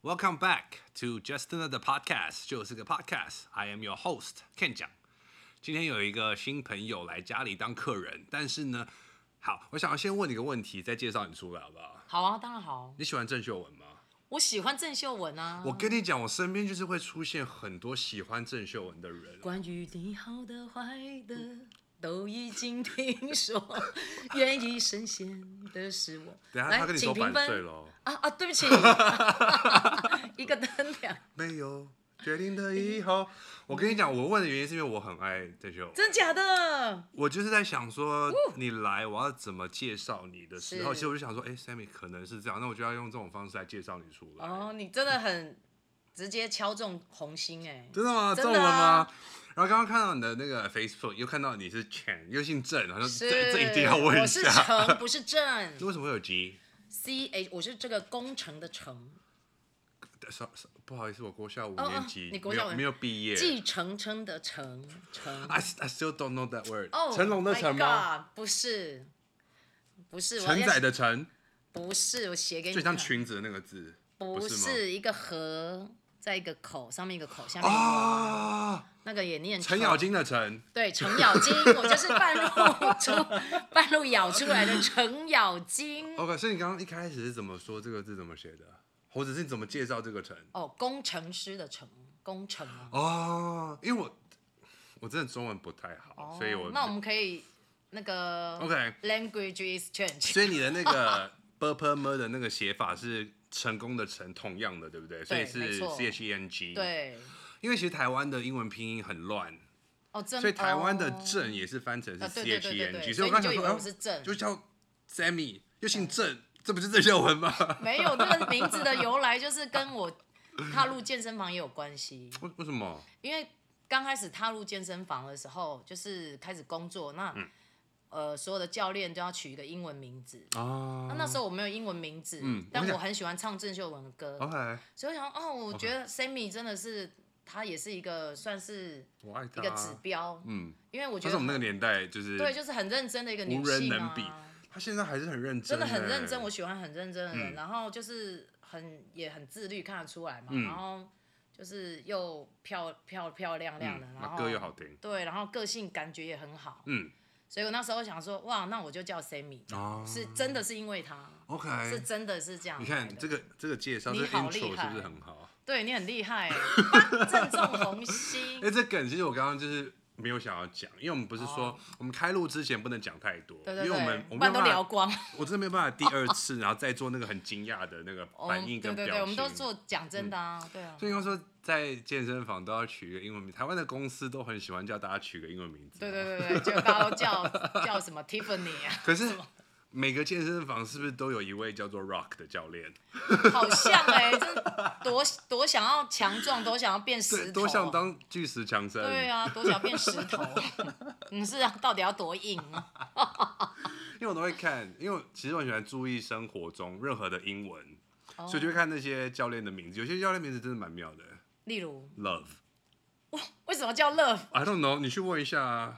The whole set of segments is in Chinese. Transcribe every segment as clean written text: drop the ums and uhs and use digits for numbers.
Welcome back to Just Another Podcast， 就是个 Podcast。I am your host Ken 讲。今天有一个新朋友来家里当客人，但是呢，好，我想要先问你一个问题，再介绍你出来好不好？ 好啊，当然好。 你喜欢郑秀文吗？ 我喜欢郑秀文啊。 我跟你讲，我身边就是会出现很多喜欢郑秀文的人。 关于你好的坏的都已经听说，愿意深陷的是我。 等一下他跟你说版税喽。 啊，对不起，一个灯两。 没有决定的以后，我跟你讲，我问的原因是因为我很爱郑秀文。 真假的？ 我就是在想说，你来我要怎么介绍你的时候，其实我就想说，Sammy 可能是这样，那我就要用这种方式来介绍你出来。 哦，你真的很直接敲中红心哎。 真的吗？ 真的啊中文吗？然后刚刚看到你的那个 Facebook， 又看到你是 Chen， 又姓郑，好像这一定要问一下。 我是陈，不是郑。 为什么会有 G？CH， 我是这个工程的程。 不好意思，我国小5年级， 你国小没有毕业。 继承的承。 I still don't know that word。 哦， 成龙的成吗？ 不是。 承载的承。 不是，我写给你看。 就像裙子的那个字。 不是一个河，在一个口，上面一个口，下面一个口。 那个也念程咬金的程。 对，程咬金，我就是半路咬出来的程咬金。 OK， 所以你刚刚一开始是怎么说这个字怎么写的？或者是你怎么介绍这个程？ 哦，工程师的程，工程。 哦，因为我真的中文不太好，所以那我们可以那个 language exchange。 所以你的那个 purple 的那个写法是成功的成，同样的，对不对？所以是 CHENG。 对。 因为其实台湾的英文拼音很乱。 哦，真的。 所以台湾的郑也是翻成是 CHENG， 所以我刚才想说， 就叫 Sammy， 又姓郑。这不是郑秀文吗？ 没有，这个名字的由来就是跟我踏入健身房也有关系。 为什么？ 因为刚开始踏入健身房的时候，就是开始工作，那所有的教练都要取一个英文名字。那时候我没有英文名字，但我很喜欢唱郑秀文的歌。所以我想，我觉得 Sammy 真的是，他也是一个算是一个指标。因为我觉得他是我们那个年代就是对，就是很认真的一个女性无人能比。他现在还是很认真， 真的很认真。我喜欢很认真的人，然后就是也很自律，看得出来嘛。然后就是又漂亮的，然后歌又好听。 对，然后个性感觉也很好。所以我那时候想说，哇，那我就叫 Sammy，是真的是因为他。 OK， 是真的是这样。 你看这个介绍， 你好厉害， 是不是很好？ 对，你很厉害，正中红心。 这梗其实我刚刚就是没有想要讲，因为我们不是说我们开录之前不能讲太多， 对， 因为我们不然都聊光。 我真的没有办法第二次，然后再做那个很惊讶的那个反应跟表情。 对，我们都做讲真的啊，对啊。 所以刚说在健身房都要取一个英文名，台湾的公司都很喜欢叫大家取个英文名字。 对，就大家都叫什么 Tiffany 啊。 可是每个健身房是不是都有一位叫做 Rock 的教练？ 好像这多想要强壮，多想要变石头， 多想当巨石强森。 对啊，多想变石头。你是到底要多硬啊？ 因为我都会看，因为其实我很喜欢注意生活中任何的英文，所以就会看那些教练的名字。有些教练名字真的蛮妙的， 例如 Love。 为什么叫 Love？I don't know， 你去问一下啊。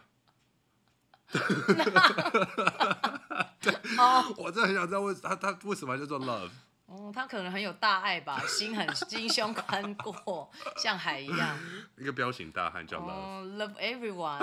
我真的很想知道他为什么叫做 Love。 他可能很有大爱吧，心胸宽阔，像海一样。 一个彪形大汉叫 Love everyone。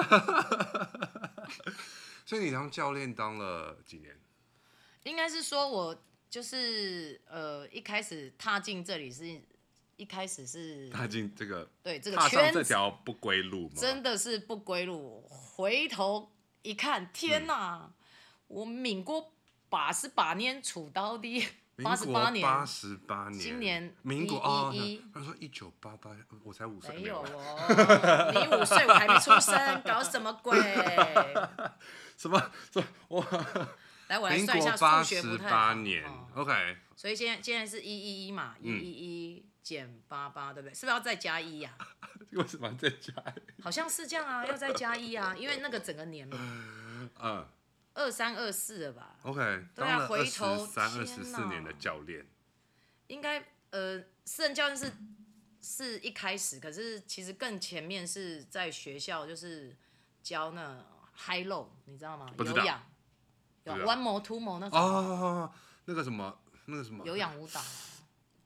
所以你当教练当了几年？ 应该是说我就是一开始踏进这里一开始是踏进这个对这个踏上这条不归路吗？ 真的是不归路。回头一看，天哪！我民国88年出道的，88年 ，88年， 今年民国他说1988，我才5岁。 没有哦，你5岁，我还没出生，搞什么鬼？ 什么？我来，我来算一下数学不太好。 民国88年，OK。 所以现在是111嘛，111减88，对不对？是不是要再加1呀？ 为什么要再加1？ 好像是这样啊，要再加1啊，因为那个整个年嘛。23、24了吧 ？OK， 对啊，回头 23、24年的教练， 应该私人教练是一开始，可是其实更前面是在学校就是教那 high low， 你知道吗？有氧，有 one more two more 那种。 那个什么有氧舞蹈。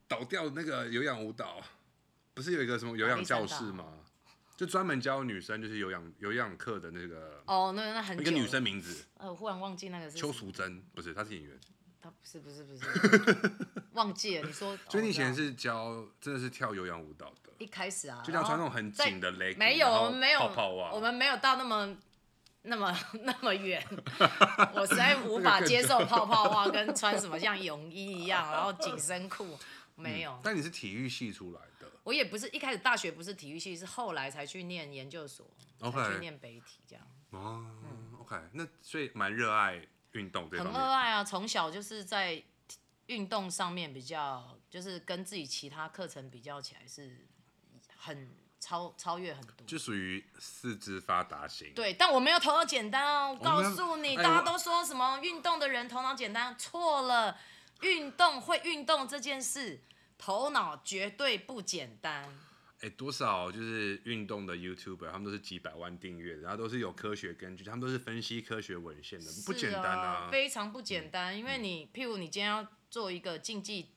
倒掉的那个有氧舞蹈，不是有一个什么有氧教室吗？就专门教女生就是有氧课的那个。 哦，那很久了。 一个女生名字。 我忽然忘记那个是。 邱淑贞，不是，她是演员。 她不是，忘记了。你说。 所以你以前是真的是跳有氧舞蹈的。 一开始啊。 就这样穿那种很紧的 legging， 没有，我们没有泡泡袜， 我们没有到那么远，我实在无法接受泡泡袜跟穿什么像泳衣一样，然后紧身裤，没有。 但你是体育系出来的。 我也不是一开始大学不是体育系，是后来才去念研究所，才去念北体这样。 OK， 那所以蛮热爱运动这方面。 很热爱啊，从小就是在运动上面比较，就是跟自己其他课程比较起来是很超越很多， 就属于四肢发达型。 对，但我没有头脑简单哦，我告诉你，大家都说什么运动的人头脑简单，错了，会运动这件事。头脑绝对不简单。 多少就是运动的 YouTuber， 他们都是几百万订阅，然后都是有科学根据，他们都是分析科学文献的，不简单啊， 非常不简单。因为譬如你今天要做一个竞技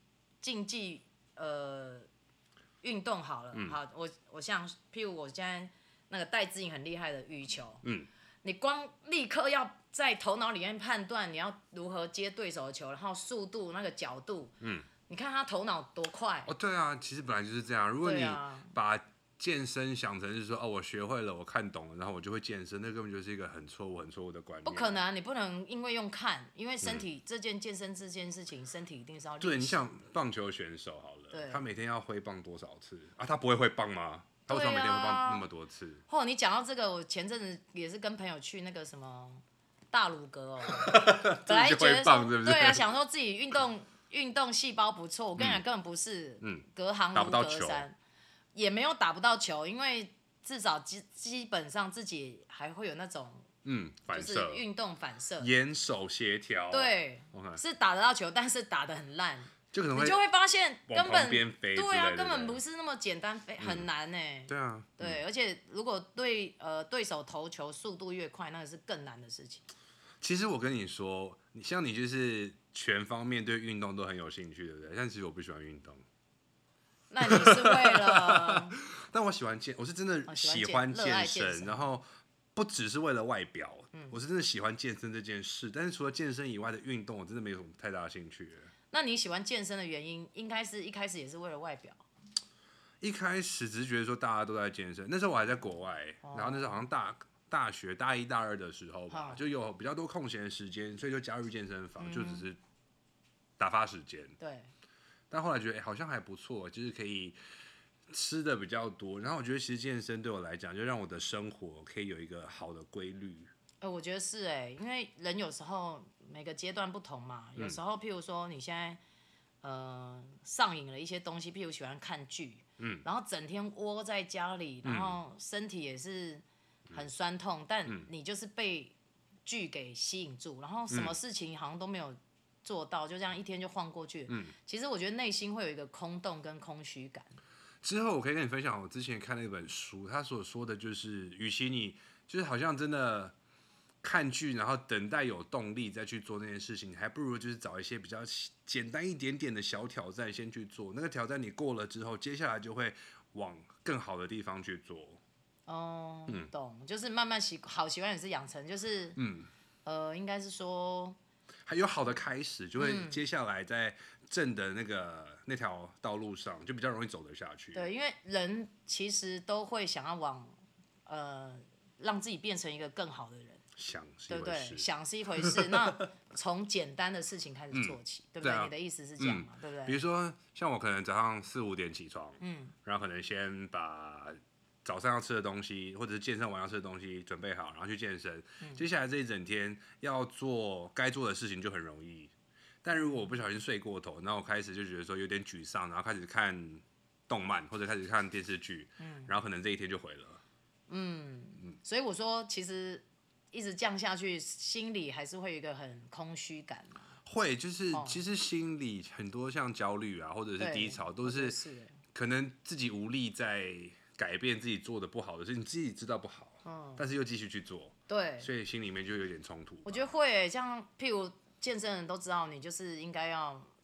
运动好了，好，我像譬如我现在那个戴资颖很厉害的羽球，你光立刻要在头脑里面判断你要如何接对手的球，然后速度那个角度，你看他头脑多快对啊，其实本来就是这样。如果你把健身想成是说我学会了，我看懂了，然后我就会健身，那根本就是一个很错误的观念。 不可能，你不能因为看，因为身体健身这件事情，身体一定是要练习。 对，你像棒球选手好了，他每天要挥棒多少次啊？他不会挥棒吗？他为什么每天挥棒那么多次？ 你讲到这个，我前阵子也是跟朋友去那个什么大鲁阁本来觉得说对啊，想说自己运动细胞不错，我跟你讲根本不是，隔行如隔山，也没有打不到球，因为至少基本上自己还会有那种反射， 就是运动反射， 眼手协调， 对，是打得到球，但是打得很烂， 就可能你就会发现根本对啊，根本不是那么简单，很难呢。 对啊， 对，而且如果对手投球速度越快，那个是更难的事情。 其实我跟你说，像你就是全方面对运动都很有兴趣，对不对？但其实我不喜欢运动。 那你是为了？ 但我喜欢我是真的喜欢健身，然后不只是为了外表，我是真的喜欢健身这件事。但是除了健身以外的运动，我真的没有什么太大的兴趣。 那你喜欢健身的原因，应该是一开始也是为了外表。 一开始只是觉得说大家都在健身，那时候我还在国外，然后那时候好像大学大一大二的时候吧，就有比较多空闲的时间，所以就加入健身房，就只是打发时间。 对。 但后来觉得好像还不错，就是可以吃的比较多，然后我觉得其实健身对我来讲，就让我的生活可以有一个好的规律。 我觉得是因为人有时候每个阶段不同嘛，有时候譬如说你现在上瘾了一些东西，譬如喜欢看剧，然后整天窝在家里，然后身体也是很酸痛，但你就是被剧给吸引住，然后什么事情好像都没有做到，就这样一天就晃过去。其实我觉得内心会有一个空洞跟空虚感。 之后我可以跟你分享，我之前看了一本书，他所说的就是，与其你就是好像真的看剧，然后等待有动力再去做那件事情，还不如就是找一些比较简单一点点的小挑战先去做。那个挑战你过了之后，接下来就会往更好的地方去做。 懂，就是慢慢好习惯也是养成，就是应该是说还有好的开始，就会接下来在正的那条道路上就比较容易走得下去。 对，因为人其实都会想要往让自己变成一个更好的人。 想是一回事， 对不对？想是一回事，那从简单的事情开始做起，对不对？你的意思是这样嘛？对不对？ 比如说像我可能早上4、5点起床，然后可能先把早上要吃的东西，或者是健身完要吃的东西准备好，然后去健身。接下来这一整天要做该做的事情就很容易。但如果我不小心睡过头，然后我开始就觉得说有点沮丧，然后开始看动漫或者开始看电视剧，然后可能这一天就毁了。 所以我说，其实一直降下去，心里还是会有一个很空虚感嘛。 会，就是其实心里很多像焦虑啊，或者是低潮，都是可能自己无力在改变自己做的不好的事，你自己知道不好，但是又继续去做， 对， 所以心里面就有点冲突。 我觉得会像譬如健身人都知道，你就是应该要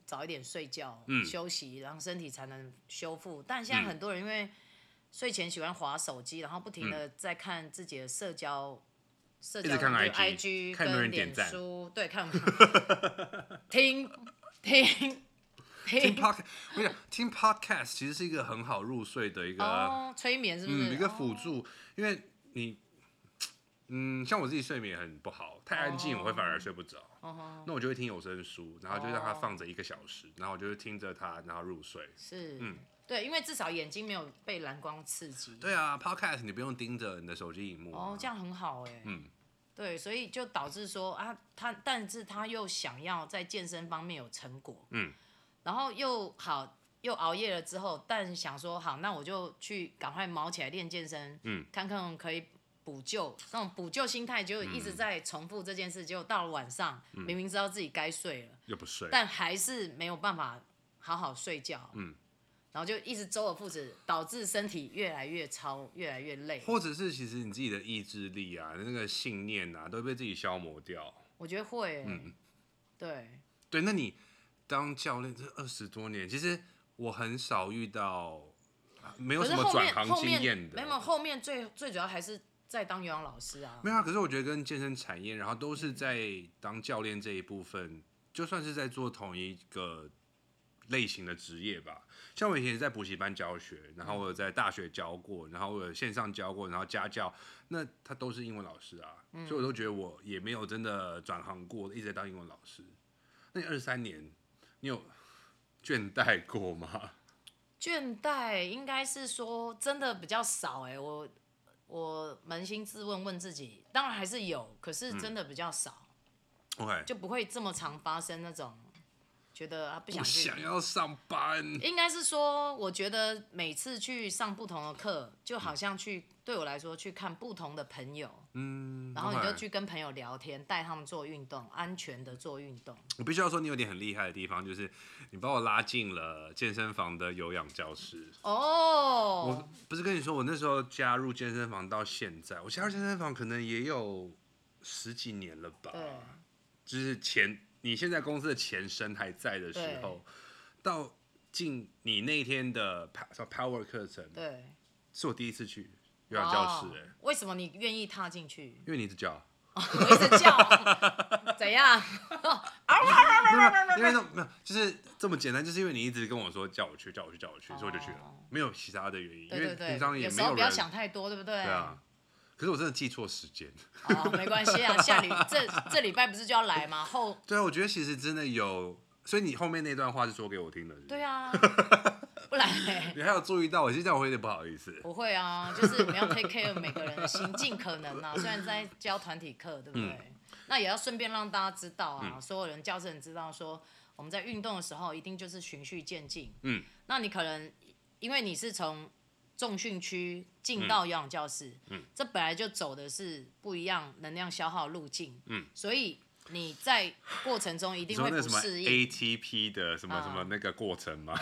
早一点睡觉、休息，然后身体才能修复。但现在很多人因为睡前喜欢滑手机，然后不停的在看自己的社交一直看 IG 看有没有人跟脸点赞书，对，看听。 我想听 podcast 其实是一个很好入睡的一个催眠，是不是？ 一个辅助，因为你像我自己睡眠很不好，太安静我会反而睡不着。那我就会听有声书，然后就让它放着1个小时，然后我就会听着它，然后入睡。 是，对，因为至少眼睛没有被蓝光刺激。 对啊 ，podcast 你不用盯着你的手机荧幕。 这样很好哎。对，所以就导致说但是他又想要在健身方面有成果。然后又熬夜了之后，但想说好，那我就去赶快毛起来练健身，看看可以补救，那种补救心态就一直在重复这件事，结果到了晚上，明明知道自己该睡了， 又不睡， 但还是没有办法好好睡觉，然后就一直周而复始，导致身体越来越超，越来越累， 或者是其实你自己的意志力啊，那个信念啊，都被自己消磨掉。 我觉得会，对， 那你当教练这20多年，其实我很少遇到没有什么转行经验的。 没有，后面最主要还是在当有氧老师啊。 没有啊，可是我觉得跟健身产业，然后都是在当教练这一部分，就算是在做同一个类型的职业吧。像我以前也在补习班教学，然后我有在大学教过，然后我有线上教过，然后家教，那他都是英文老师啊，所以我都觉得我也没有真的转行过，一直在当英文老师。那你23年，你有倦怠过吗？ 倦怠应该是说真的比较少我扪心自问自己，当然还是有，可是真的比较少。 OK， 就不会这么常发生那种觉得不想要上班。 应该是说，我觉得每次去上不同的课，就好像对我来说去看不同的朋友，然后你就去跟朋友聊天，带他们做运动，安全的做运动。 我必须要说，你有点很厉害的地方，就是你把我拉进了健身房的有氧教室。我不是跟你说，我那时候加入健身房到现在，我加入健身房可能也有10几年了吧。 对， 就是你现在公司的前身还在的时候，到进你那天的 Power 课程， 对， 是我第一次去有氧教室。 为什么你愿意踏进去？ 因为你一直叫。 我一直叫，怎样？ 因为没有，就是这么简单，就是因为你一直跟我说叫我去，所以我就去了，没有其他的原因。 对， 因为平常也没有人。 有时候不要想太多，对不对？ 对啊。可是我真的记错时间。 没关系啊，这礼拜不是就要来吗？ 对啊，我觉得其实真的有，所以你后面那段话是说给我听的。 对啊，不然你还有注意到我，其实这样我会有点不好意思。 不会啊，就是我们要 take care 每个人的心，尽可能啊。虽然在教团体课，对不对？那也要顺便让大家知道啊，所有人教室人知道说，我们在运动的时候一定就是循序渐进。那你可能因为你是从重训区进到有氧教室，这本来就走的是不一样能量消耗路径，所以你在过程中一定会不适应。 ATP 的什么什么那个过程吗？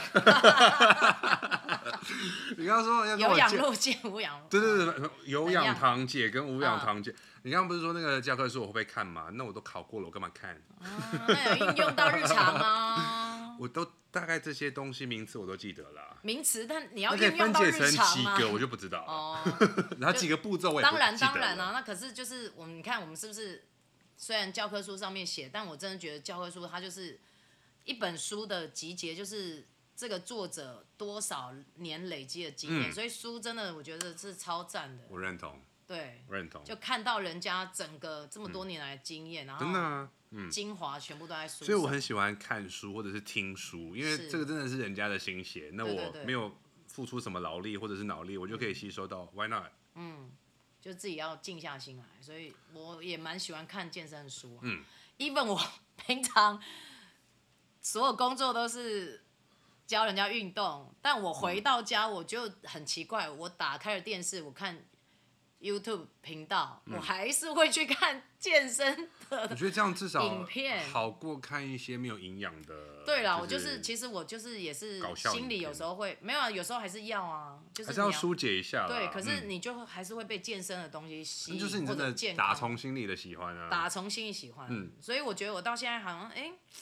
你刚刚说要有氧路径、无氧路径， 对，有氧堂姐跟无氧堂姐。你刚刚不是说那个教科书我会不会看吗？那我都考过了，我干嘛看？ 那有应用到日常啊。 我都大概这些东西名词我都记得了。 名词，但你要应用到日常吗？ 分解成几个我就不知道了。然后几个步骤我也不记得了。 当然啊，那可是就是你看我们是不是虽然教科书上面写，但我真的觉得教科书它就是一本书的集结，就是这个作者多少年累积的经验，所以书真的我觉得是超赞的。 我认同。 对， 我认同。 就看到人家整个这么多年来的经验，然后真的啊， 精华全部都在书上。 所以我很喜欢看书或者是听书，因为这个真的是人家的心血。那我没有付出什么劳力或者是脑力，我就可以吸收到。Why not？ 就自己要静下心来，所以我也蛮喜欢看健身的书。even 我平常所有工作都是教人家运动，但我回到家我就很奇怪，我打开了电视，我看 YouTube 频道，我还是会去看健身的。 我觉得这样至少影片好过看一些没有营养的。 对啦，其实我就是也是心里有时候会没有啊，有时候还是要啊，就是还是要疏解一下啦。 对，可是你就还是会被健身的东西吸引， 就是你真的打从心里的喜欢啊， 打从心里喜欢。所以我觉得我到现在好像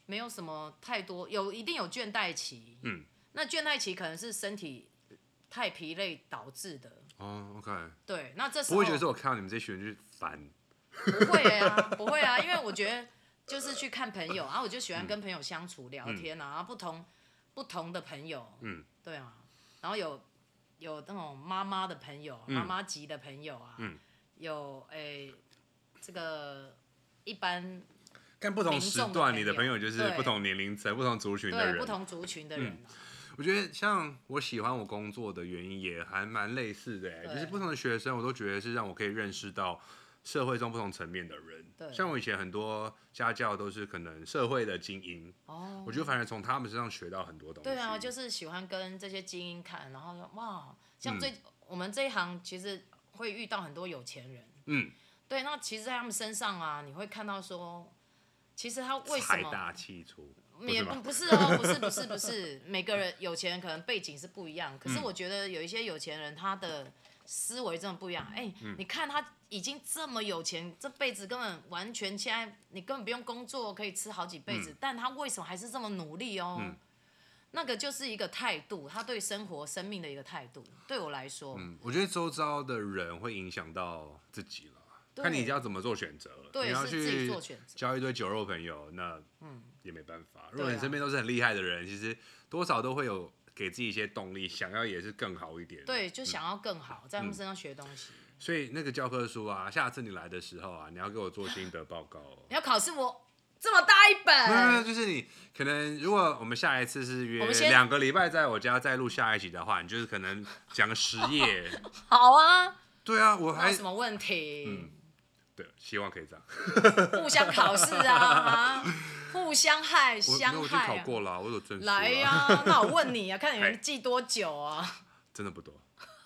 没有什么太多，一定有倦怠期。那倦怠期可能是身体太疲累导致的。 OK。 对，那这时候不会觉得说我看到你们这群人就烦？ 不会啊，不会啊，因为我觉得就是去看朋友啊，我就喜欢跟朋友相处聊天啊，然后不同的朋友，对啊，然后有那种妈妈的朋友，妈妈级的朋友啊，有这个一般。 看不同时段，你的朋友就是不同年龄层、不同族群的人， 对不同族群的人。 我觉得像我喜欢我工作的原因也还蛮类似的，就是不同的学生，我都觉得是让我可以认识到社会中不同层面的人。像我以前很多家教都是可能社会的精英，我觉得反而从他们身上学到很多东西。 对啊，就是喜欢跟这些精英看，然后说哇，像我们这一行其实会遇到很多有钱人，对，那其实在他们身上啊，你会看到说。其实他为什么财大气粗？ 也不是哦，不是，每个人有钱人可能背景是不一样，可是我觉得有一些有钱人他的思维真的不一样。你看他已经这么有钱，这辈子根本完全现在你根本不用工作可以吃好几辈子，但他为什么还是这么努力哦？那个就是一个态度，他对生活生命的一个态度。对我来说， 我觉得周遭的人会影响到自己了。看你要怎么做选择，你要去交一堆酒肉朋友，那也没办法。如果你身边都是很厉害的人，其实多少都会有给自己一些动力，想要也是更好一点。 对，就想要更好，在他们身上学东西。 所以那个教科书啊，下次你来的时候啊，你要给我做心得报告。 你要考试我这么大一本？ 没有，就是你可能如果我们下一次是约2个礼拜在我家再录下一集的话，你就是可能讲个10页。 好啊。 对啊，我还有什么问题？ 对，希望可以这样。 互相考试啊，互相害，相害。 我已经考过了，我有证书。 来呀，那我问你啊，看你们记多久啊？ 真的不多。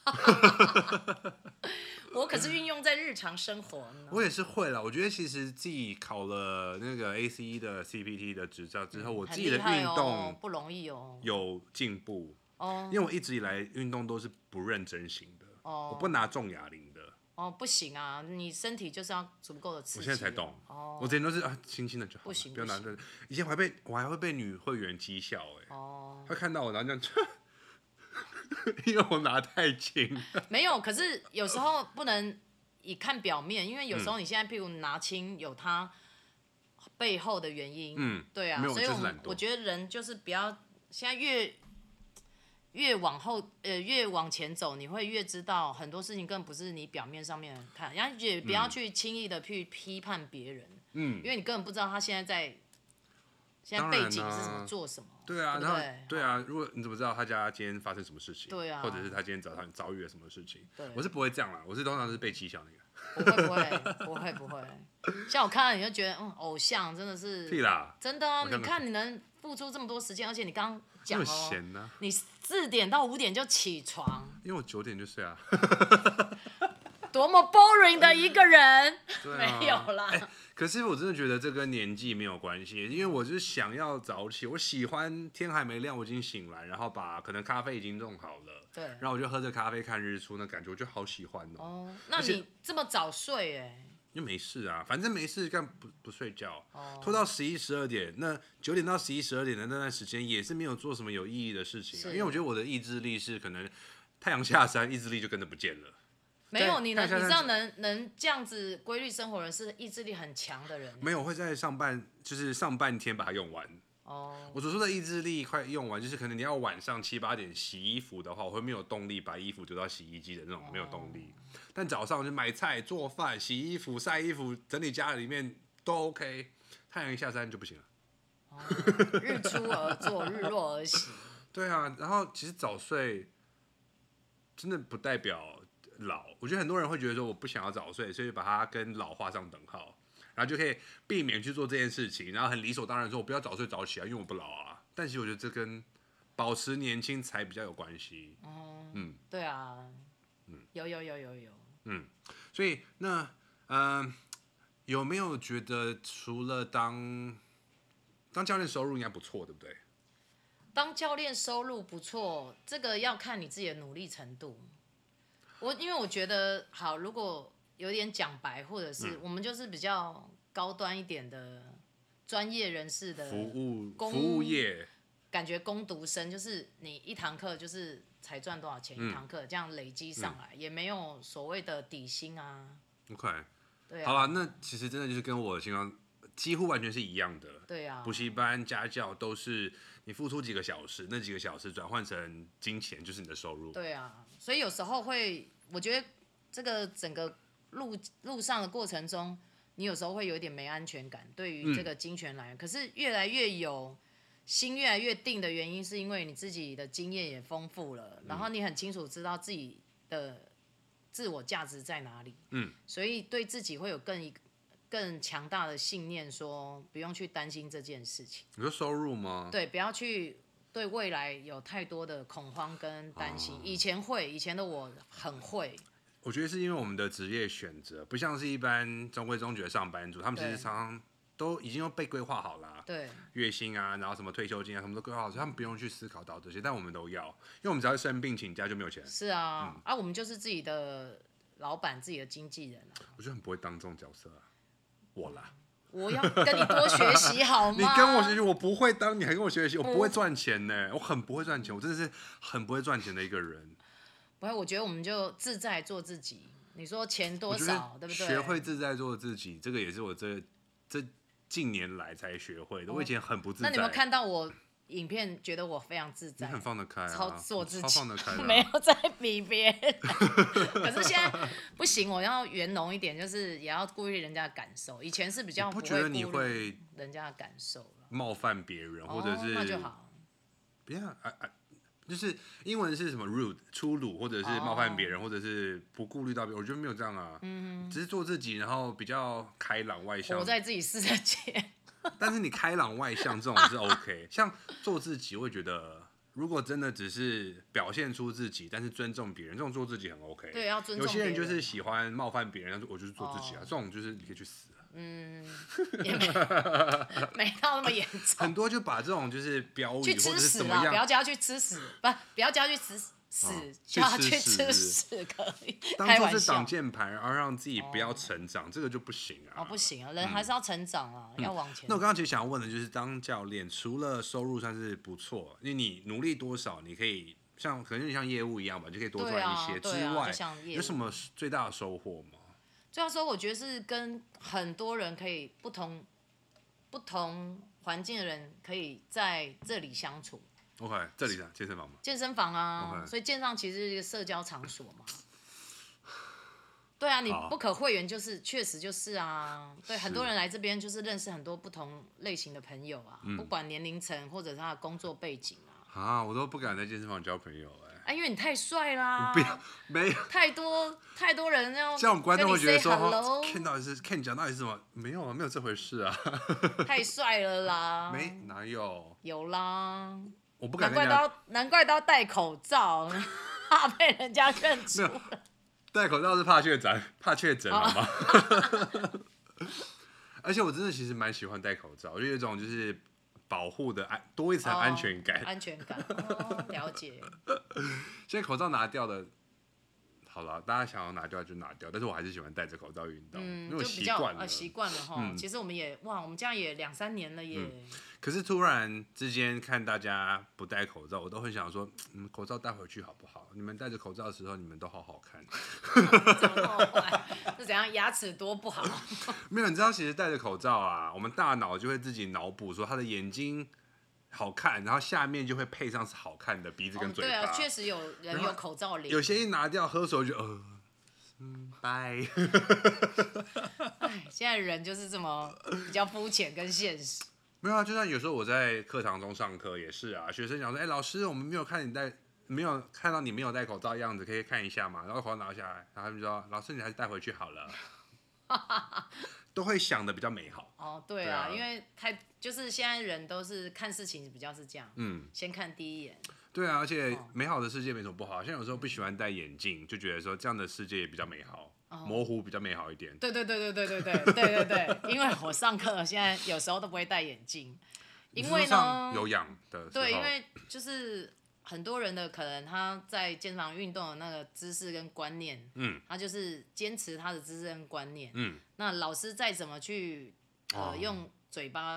我可是运用在日常生活呢。 我也是会了，我觉得其实自己考了那个 ACE 的 CPT 的执照之后，我自己的运动不容易哦， 有进步。因为我一直以来运动都是不认真型的，我不拿重哑铃的。 不行啊，你身体就是要足够的刺激。 我现在才懂，我之前都是轻轻的就好， 不行， 不要拿着。以前我还会被女会员讥笑，她看到我然后这样，因为我拿太轻。 没有，可是有时候不能以看表面，因为有时候你现在譬如拿轻有它背后的原因，对啊，所以我觉得人就是不要现在越往后，越往前走，你会越知道很多事情根本不是你表面上面看，然后也不要去轻易的去批判别人，因为你根本不知道他现在背景是什么，做什么。 对啊，然后对啊，如果你怎么知道他家今天发生什么事情？ 对啊， 或者是他今天早上遭遇了什么事情？我是不会这样啦，我是通常是被讥笑那个。 不会，像我看到你就觉得，偶像真的是， 屁啦， 真的啊！你看你能付出这么多时间，而且你刚刚讲你4点到5点就起床， 因为我9点就睡啊。 多么 boring 的一个人，没有啦。 可是我真的觉得这跟年纪没有关系，因为我就是想要早起，我喜欢天还没亮我已经醒来，然后把可能咖啡已经弄好了， 对， 然后我就喝着咖啡看日出，那感觉我就好喜欢哦。 那你这么早睡因为没事啊，反正没事干不睡觉，拖到11、12点，那9点到11、12点的那段时间也是没有做什么有意义的事情因为我觉得我的意志力是可能太阳下山，意志力就跟着不见了。 没有，你知道能这样子规律生活的人是意志力很强的人。 没有，会在上半天把它用完。我所说的意志力快用完，就是可能你要晚上7、8点洗衣服的话，我会没有动力把衣服丢到洗衣机的那种，没有动力。但早上就买菜、做饭、洗衣服、晒衣服、整理家里面都 OK。太阳一下山就不行了。 日出而作，日落而息。 对啊，然后其实早睡真的不代表老，我觉得很多人会觉得说我不想要早睡，所以把它跟老画上等号，然后就可以避免去做这件事情，然后很理所当然说我不要早睡早起啊，因为我不老啊。但其实我觉得这跟保持年轻才比较有关系。 对啊，有。 所以那有没有觉得除了当教练收入应该不错，对不对？ 当教练收入不错，这个要看你自己的努力程度。因为我觉得好，如果有点讲白，或者是我们就是比较高端一点的专业人士的服务业， 感觉工读生就是你一堂课就是才赚多少钱一堂课，这样累积上来，也没有所谓的底薪啊。 OK， 对啊， 好了，那其实真的就是跟我的情况几乎完全是一样的。 对啊， 补习班、家教都是你付出几个小时，那几个小时转换成金钱就是你的收入。 对啊，所以有时候我觉得这个整个路上的过程中，你有时候会有一点没安全感，对于这个金钱来源。可是越来越有心，越来越定的原因，是因为你自己的经验也丰富了，然后你很清楚知道自己的自我价值在哪里。所以对自己会有更强大的信念，说不用去担心这件事情。 你说收入吗？ 对，不要去对未来有太多的恐慌跟担心。以前的我很会。 我觉得是因为我们的职业选择不像是一般中规中矩的上班族，他们其实常常都已经被规划好了。 对， 月薪啊，然后什么退休金啊，什么都规划好，所以他们不用去思考到这些，但我们都要，因为我们只要生病请假就没有钱。 是啊，我们就是自己的老板，自己的经纪人啊。 我就很不会当这种角色啊，我啦。 我要跟你多学习好吗？ 你跟我学习，我不会当，你还跟我学习，我不会赚钱呢，我很不会赚钱，我真的是很不会赚钱的一个人。 不会，我觉得我们就自在做自己。你说钱多少，对不对？ 学会自在做自己，这个也是我这近年来才学会的。我以前很不自在。 那你有没有看到我影片，觉得我非常自在？ 你很放得开啊， 超做自己， 超放得开的啊， 没有在比别人。可是现在不行，我要圆融一点，就是也要顾虑人家的感受。以前是比较不觉得你会人家的感受了， 冒犯别人，或者是那就好。 不要就是英文是什么 rude 粗鲁，或者是冒犯别人，或者是不顾虑到别人，我觉得没有这样啊。只是做自己，然后比较开朗外向， 活在自己世界。 但是你开朗外向这种是 OK， 像做自己，我会觉得如果真的只是表现出自己，但是尊重别人，这种做自己很 OK。 对，要尊重别人。 有些人就是喜欢冒犯别人，但是我就是做自己啊，这种就是你可以去死。 也没到那么严重。 很多就把这种就是标语去吃屎啦，不要叫他去吃屎，不要叫他去吃屎，叫他去吃屎可以。 当做是挡箭牌，然后让自己不要成长，这个就不行啊。 不行啊，人还是要成长啊，要往前。 那我刚刚其实想要问的就是，当教练除了收入算是不错，因为你努力多少，你可以可能像业务一样吧，就可以多赚一些之外，有什么最大的收获吗？ 最大的收获，我觉得是跟很多人可以不同环境的人可以在这里相处。 OK， 这里是健身房吗？ 健身房啊， okay， 所以健身房其实是一个社交场所嘛。对啊，你不可会员确实就是啊。对，很多人来这边就是认识很多不同类型的朋友啊，不管年龄层或者是他的工作背景啊。 我都不敢在健身房交朋友因为你太帅啦！ 不要，没有太多人要这样，观众会觉得说 Ken 讲到底是什么？没有这回事啊！ 太帅了啦！ 哪有？ 有啦！ 我不敢难怪都要戴口罩，怕被人家认出。 戴口罩是怕确诊，好吗？而且我真的其实蛮喜欢戴口罩，就有一种就是保护的多一层安全感。 了解。 现在口罩拿掉的，好了，大家想要拿掉就拿掉，但是我还是喜欢戴着口罩运动，因为我习惯了。 习惯了哈。其实我们这样也2-3年了耶。 可是突然之间看大家不戴口罩，我都很想说，口罩戴回去好不好？你们戴着口罩的时候，你们都好好看。 怎么是怎样？牙齿多不好？ 没有，你知道其实戴着口罩啊，我们大脑就会自己脑补说他的眼睛好看，然后下面就会配上是好看的鼻子跟嘴巴。 对啊，确实有人有口罩脸。 有些一拿掉喝水就拜。 现在人就是这么比较肤浅跟现实。 没有啊，就像有时候我在课堂中上课也是啊，学生讲说，老师，我们没有看到你没有戴口罩的样子，可以看一下嘛？然后口罩拿下来，然后他们就说，老师你还是戴回去好了。都会想的比较美好。 对啊，因为就是现在人都是看事情比较是这样，先看第一眼。 对啊，而且美好的世界没什么不好，像有时候不喜欢戴眼镜，就觉得说这样的世界也比较美好，模糊比较美好一点。 对，因为我上课现在有时候都不会戴眼镜，因为呢有氧的时候。 对，因为就是很多人的可能他在健身房运动的那个知识跟观念，他就是坚持他的知识跟观念，那老师再怎么去用嘴巴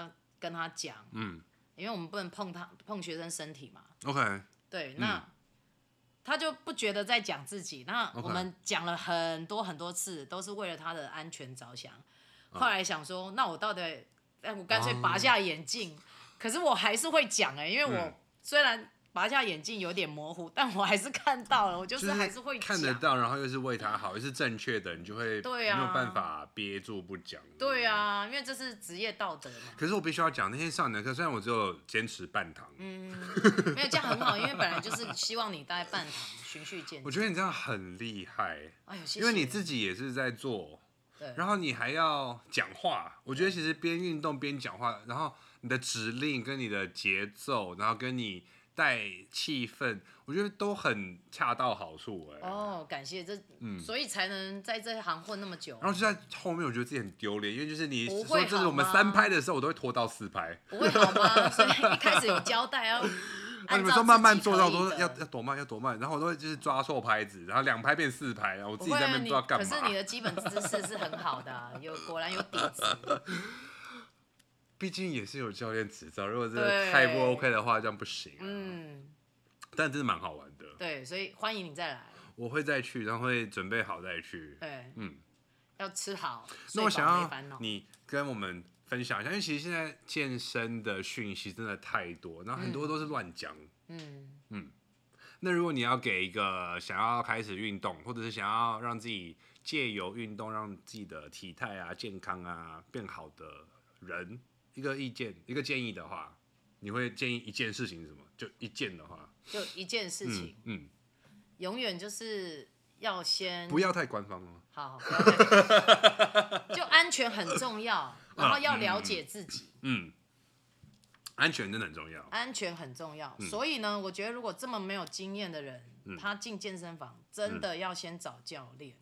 跟他讲，因为我们不能碰学生身体嘛。 OK。 对，那他就不觉得在讲自己。那我们讲了很多很多次，都是为了他的安全着想。后来想说，那我我干脆拔下眼镜，可是我还是会讲因为我虽然拔下眼镜有点模糊，但我还是看到了，我就是还是会讲， 看得到，然后又是为他好，又是正确的，你就会没有办法憋住不讲。 对啊，因为这是职业道德嘛。 可是我必须要讲，那天上你的课，虽然我只有坚持半堂， 没有这样很好，因为本来就是希望你大概半堂循序渐进。 我觉得你这样很厉害， 哎呦，谢谢。 因为你自己也是在做，然后你还要讲话，我觉得其实边运动边讲话，然后你的指令跟你的节奏，然后跟你带气氛，我觉得都很恰到好处感谢所以才能在这行混那么久。 然后就在后面，我觉得自己很丢脸，因为就是你说这是我们3拍的时候，我都会拖到4拍。 不会好吗？所以一开始有交代要你们说慢慢做到，我都要多慢要多慢，然后我都会就是抓错拍子，然后2拍变4拍，然后我自己在那边不知道干嘛。 可是你的基本姿势是很好的果然有底子。 毕竟也是有教练执照，如果真的太不 OK 的话，这样不行。但真的蛮好玩的。 对，所以欢迎你再来。 我会再去，然后会准备好再去。 对，要吃好。 那我想要你跟我们分享一下，因为其实现在健身的讯息真的太多，然后很多都是乱讲。那如果你要给一个想要开始运动，或者是想要让自己借由运动让自己的体态啊、健康啊变好的人，一个建议的话，你会建议一件事情是什么？就一件的话， 就一件事情，永远就是要先不要太官方了。 好，不要太就安全很重要，然后要了解自己。 安全真的很重要， 安全很重要。所以呢，我觉得如果这么没有经验的人，他进健身房真的要先找教练。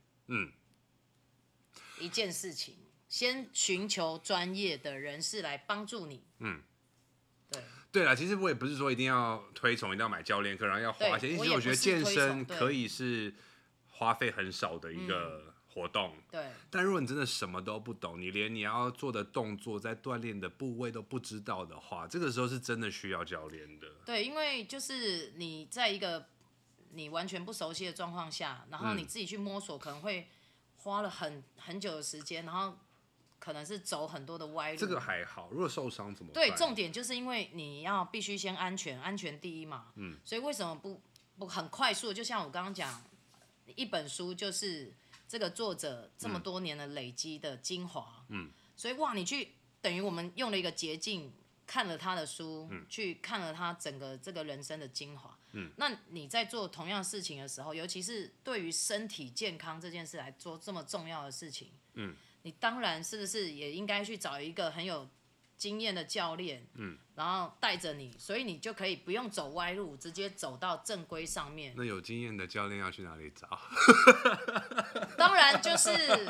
一件事情，先寻求专业的人士来帮助你。 对啦，其实我也不是说一定要推崇，一定要买教练课，然后要花钱。其实我觉得健身可以是花费很少的一个活动。 对。 但如果你真的什么都不懂，你连你要做的动作、在锻炼的部位都不知道的话，这个时候是真的需要教练的。 对，因为就是你在一个你完全不熟悉的状况下，然后你自己去摸索，可能会花了很久的时间，然后可能是走很多的歪路。 这个还好，如果受伤怎么办？ 对，重点就是因为你要必须先安全第一嘛。所以为什么不很快速？就像我刚刚讲，一本书就是这个作者这么多年的累积的精华。所以哇，你去等于我们用了一个捷径，看了他的书，去看了他整个这个人生的精华。那你在做同样事情的时候，尤其是对于身体健康这件事来做这么重要的事情，你当然是不是也应该去找一个很有经验的教练，然后带着你，所以你就可以不用走歪路，直接走到正规上面。 那有经验的教练要去哪里找？ 当然就是，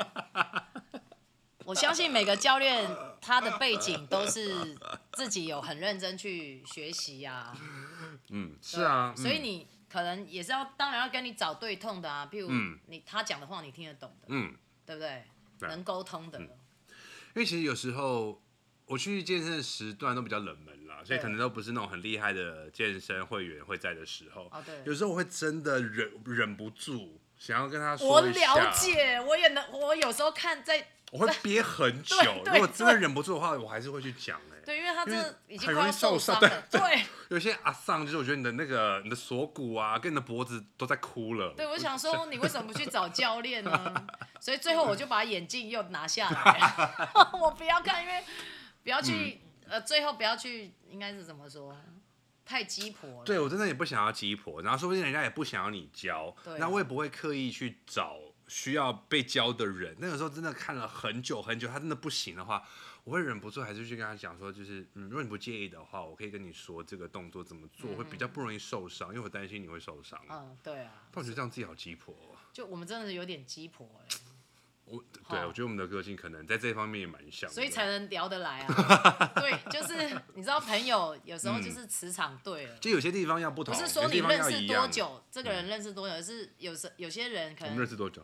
我相信每个教练他的背景都是自己有很认真去学习啊。 是啊。 所以你可能也是当然要跟你找对痛的啊，譬如他讲的话你听得懂的，对不对？能沟通的。因为其实有时候我去健身的时段都比较冷门啦，所以可能都不是那种很厉害的健身会员会在的时候。有时候我会真的忍不住想要跟他说一下。 我了解，我有时候我会憋很久。如果真的忍不住的话，我还是会去讲。 对，因为他真的已经很容易受伤。 对， 有些阿桑就是我觉得你的锁骨啊，跟你的脖子都在哭了。 对，我想说你为什么不去找教练呢？所以最后我就把眼镜又拿下来，我不要看，因为不要去最后不要去，应该是怎么说？太鸡婆了。 对，我真的也不想要鸡婆，然后说不定人家也不想要你教，然后我也不会刻意去找需要被教的人。那个时候真的看了很久很久，他真的不行的话，我会忍不住还是去跟他讲说，就是如果你不介意的话，我可以跟你说这个动作怎么做会比较不容易受伤，因为我担心你会受伤。 对啊。 但我觉得这样自己好鸡婆。 就我们真的是有点鸡婆。 我觉得我们的个性可能在这方面也蛮像的， 所以才能聊得来啊。对，就是你知道朋友有时候就是磁场对了， 就有些地方要不同， 不是说你认识多久，这个人认识多久，是有些人可能我们认识多久？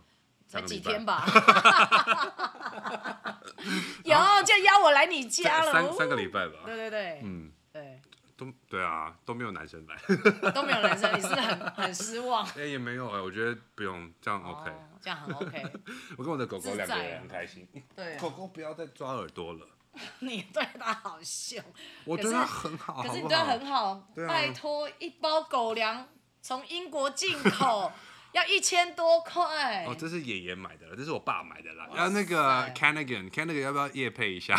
才几天吧。有就邀我来你家了， 三个礼拜吧。 对对对，对。 对啊，都没有男生来， 都没有男生，你是不是很失望？ 也没有我觉得不用这样 OK， 这样很 OK。 我跟我的狗狗两个人很开心。 对， 狗狗不要再抓耳朵了。 你对它好凶， 我觉得它很好， 可是你对它很好，拜托，一包狗粮从英国进口。要1000多块哦，这是爷爷买的了，这是我爸买的啦。要那个 Canagan 要不要业配一下？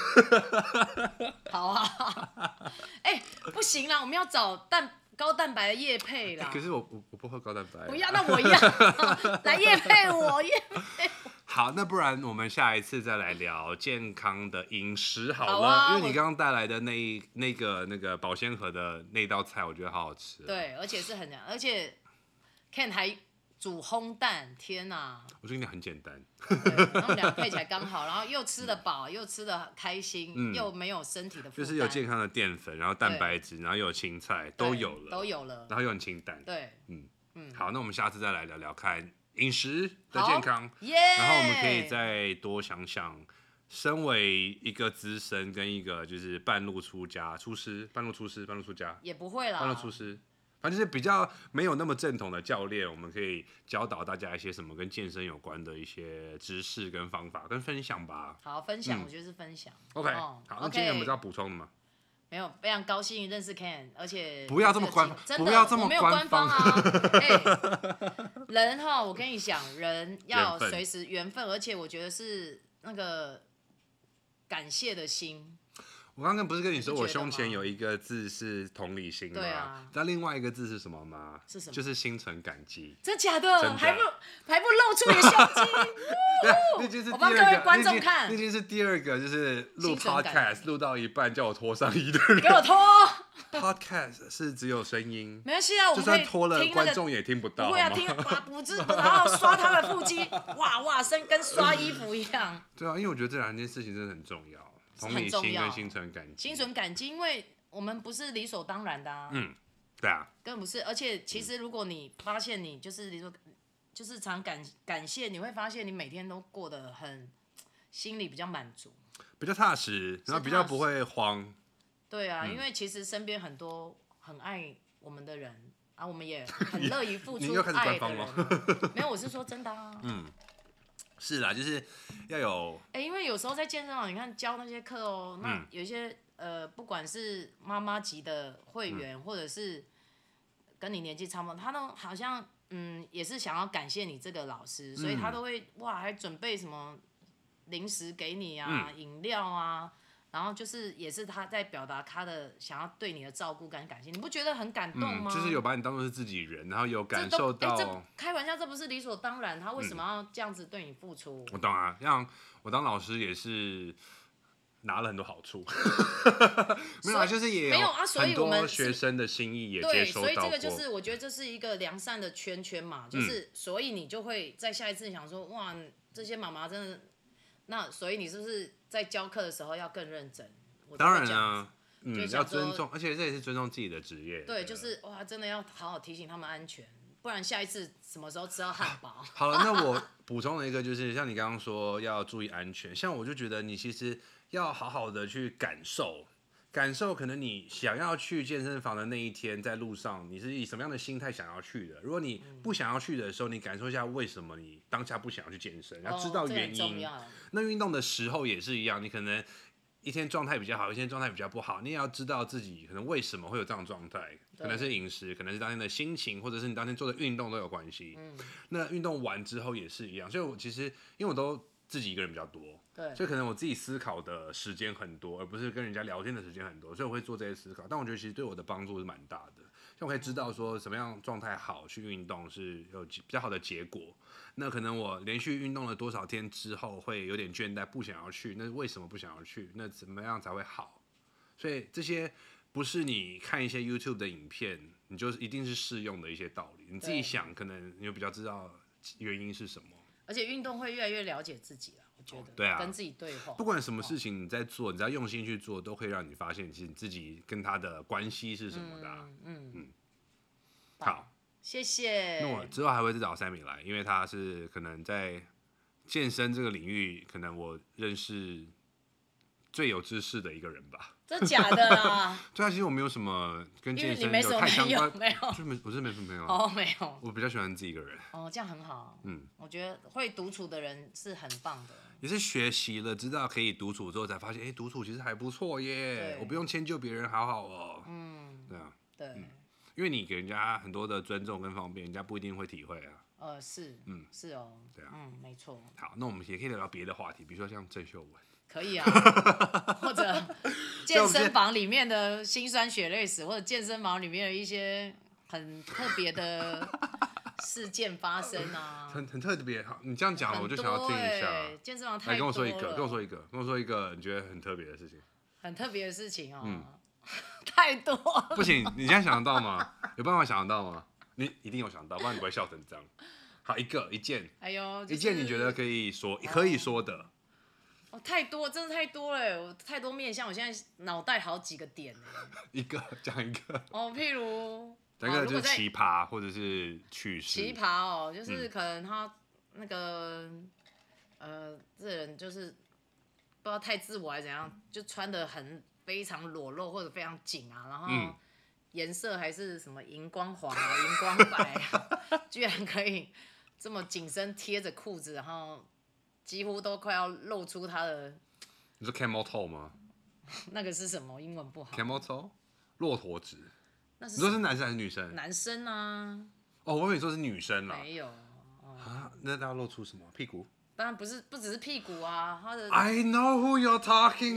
好啊，不行啦，我们要找高蛋白的业配啦。 可是我不喝高蛋白。 不要，那我要来业配我。 好，那不然我们下一次再来聊健康的饮食好了，因为你刚刚带来的那个保鲜盒的那道菜，我觉得好好吃。 对，而且是很而且。Ken 还煮烘蛋，天哪！ 我觉得很简单， 然后我们俩配起来刚好，然后又吃得饱，又吃得开心，又没有身体的负担， 就是有健康的淀粉，然后蛋白质，然后又有青菜，都有了，然后又很清淡。 对， 好，那我们下次再来聊聊看饮食的健康， 然后我们可以再多想想，身为一个资深跟一个就是半路出家、半路出家也不会啦， 半路出师。反正就是比较没有那么正统的教练，我们可以教导大家一些什么跟健身有关的一些知识跟方法跟分享吧。 好，分享，我觉得是分享。 OK，好，那今天有没有要补充的吗？ 没有，非常高兴认识 Ken， 而且不要这么官方， 真的不要这么官方啊！人哈，我跟你讲，人要随时缘分，而且我觉得是那个感谢的心。 我刚刚不是跟你说，我胸前有一个字是同理心吗？ 对啊。 那另外一个字是什么吗？ 是什么？ 就是心存感激。 真假的？还不露出你的胸肌？我帮各位观众看。 那就是第二个，就是录 podcast 录到一半叫我脱上衣的人。 给我脱。 podcast 是只有声音， 没关系啊， 就算脱了，观众也听不到。 不会啊，听然后刷他的腹肌，哇，跟刷衣服一样。 对啊，因为我觉得这两件事情真的很重要。同理心跟心存感激， 因为我们不是理所当然的啊。 对啊， 根本不是。而且其实如果你发现你就是常感谢，你会发现你每天都过得很心里比较满足， 比较踏实，然后比较不会慌。 对啊，因为其实身边很多很爱我们的人啊，我们也很乐于付出爱的人。没有，我是说真的啊。 是啦，就是要有因为有时候在健身房，你看教那些课哦，那有一些不管是妈妈级的会员，或者是跟你年纪差不多，他都好像也是想要感谢你这个老师，所以他都会还准备什么零食给你啊，饮料啊。然后就是也是他在表达他的想要对你的照顾跟感谢，你不觉得很感动吗？ 就是有把你当作是自己人，然后有感受到。 开玩笑，这不是理所当然，他为什么要这样子对你付出？ 我懂啊，像我当老师也是拿了很多好处，没有啊，就是也有很多学生的心意也接收到过。 对，所以这个就是我觉得这是一个良善的圈圈嘛，就是所以你就会在下一次想说，哇，这些妈妈真的。那所以你是不是在教课的时候要更认真？ 当然啊，要尊重，而且这也是尊重自己的职业。 对，就是真的要好好提醒他们安全，不然下一次什么时候吃到汉堡？ 好了，那我补充了一个，就是像你刚刚说要注意安全，像我就觉得你其实要好好的去感受可能你想要去健身房的那一天，在路上你是以什么样的心态想要去的？如果你不想要去的时候，你感受一下为什么你当下不想要去健身，要知道原因。那运动的时候也是一样，你可能一天状态比较好，一天状态比较不好，你也要知道自己可能为什么会有这样的状态，可能是饮食，可能是当天的心情，或者是你当天做的运动都有关系。那运动完之后也是一样，所以我其实因为我都自己一个人比较多。 对， 所以可能我自己思考的时间很多，而不是跟人家聊天的时间很多，所以我会做这些思考。但我觉得其实对我的帮助是蛮大的，像我可以知道说什么样状态好去运动是有比较好的结果。那可能我连续运动了多少天之后会有点倦怠，不想要去，那为什么不想要去？那怎么样才会好？所以这些不是你看一些 YouTube 的影片，你就一定是适用的一些道理。你自己想，可能你就比较知道原因是什么。 而且运动会越来越了解自己了。 对啊， 跟自己对话。 不管什么事情你在做，你只要用心去做，都会让你发现，其实你自己跟他的关系是什么的。好， 谢谢。 那我之后还会再找 Sammy 来，因为他是可能在健身这个领域，可能我认识最有知识的一个人吧。 真假的啦？ 对啊，其实我没有什么跟健身有太相关， 没有， 我是没什么朋友哦，没有。 我比较喜欢自己一个人。 哦，这样很好。我觉得会独处的人是很棒的。 也是学习了，知道可以独处之后，才发现，独处其实还不错耶，我不用迁就别人，好好哦。对啊， 对， 因为你给人家很多的尊重跟方便，人家不一定会体会啊。 是，是哦， 对啊， 没错。 好，那我们也可以聊聊别的话题，比如说像郑秀文。 可以啊，或者健身房里面的辛酸血泪史，或者健身房里面的一些很特别的事件发生啊， 很特别。好，你这样讲了，我就想要听一下。 健身房太多了。来跟我说一个，你觉得很特别的事情。 很特别的事情哦，太多了。 不行，你现在想得到吗？有办法想得到吗？你一定有想到，不然你不会笑成这样。好，一件， 哎呦， 一件你觉得可以说的。 太多，真的太多了，我太多面向，我现在脑袋好几个点讲一个。 譬如讲一个就是奇葩或者是趣事。 奇葩就是可能他那个这人就是不知道太自我还是怎样，就穿得非常裸露或者非常紧啊，然后颜色还是什么荧光黄啊、荧光白啊，居然可以这么紧身贴着裤子，然后几乎都快要露出他的。 你说 camel toe 吗？ 那个是什么？英文不好。 camel toe， 骆驼趾。 那是你说是男生还是女生？ 男生啊。 哦，我以为你说是女生啦。 没有。 那他要露出什么？屁股？ 当然不只是屁股啊，他的。 I know who you're talking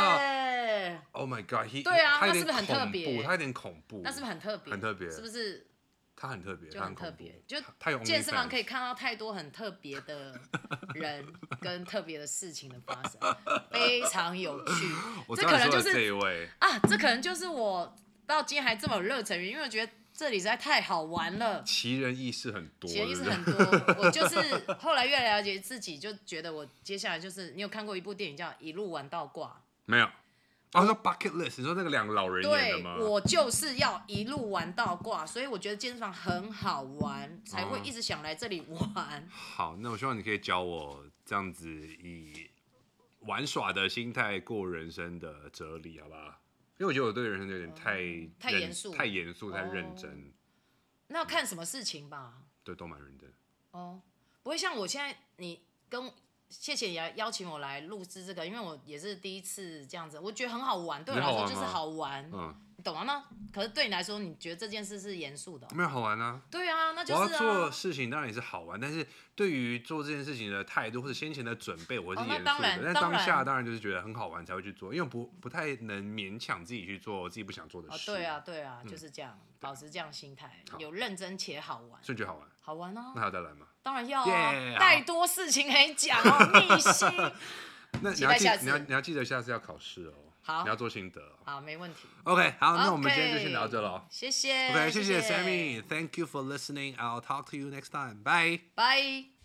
about. Oh my god， 对啊，那是不是很特别？ 他有点恐怖。 那是不是很特别？ 很特别， 是不是？ 他很特别， 就很特别，就他有健身房可以看到太多很特别的人跟特别的事情的发生，非常有趣。 这可能就是这一位这可能就是我到今天还这么有热忱，因为我觉得这里实在太好玩了， 奇人异事很多， 我就是后来越了解自己，就觉得我接下来就是，你有看过一部电影叫《一路玩到挂》？ 没有。说 bucket list， 你说那个2个老人演的吗？ 对，我就是要一路玩到挂，所以我觉得健身房很好玩，才会一直想来这里玩。 好，那我希望你可以教我这样子以玩耍的心态过人生的哲理，好不好？因为我觉得我对人生有点太严肃、太认真。 那要看什么事情吧？ 对，都蛮认真。 不会像我现在谢谢你邀请我来录制这个，因为我也是第一次这样子，我觉得很好玩，对我来说就是好玩，你懂吗？可是对你来说，你觉得这件事是严肃的？ 没有好玩啊。 对啊，那就是我要做事情当然也是好玩，但是对于做这件事情的态度或者先前的准备，我是严肃的。但当下当然就是觉得很好玩才会去做，因为不太能勉强自己去做自己不想做的事。 对啊，就是这样，保持这样心态，有认真且好玩。 所以觉得好玩？ 好玩啊！ 那还要再来吗？ 当然要啊，太多事情可以讲哦，秘辛。 那你要记得下次要考试哦。 好， 你要做心得。 好，没问题。 OK， 好，那我们今天就先聊到这了。 谢谢。 OK， 谢谢 Sammy，Thank you for listening. I'll talk to you next time. Bye. Bye.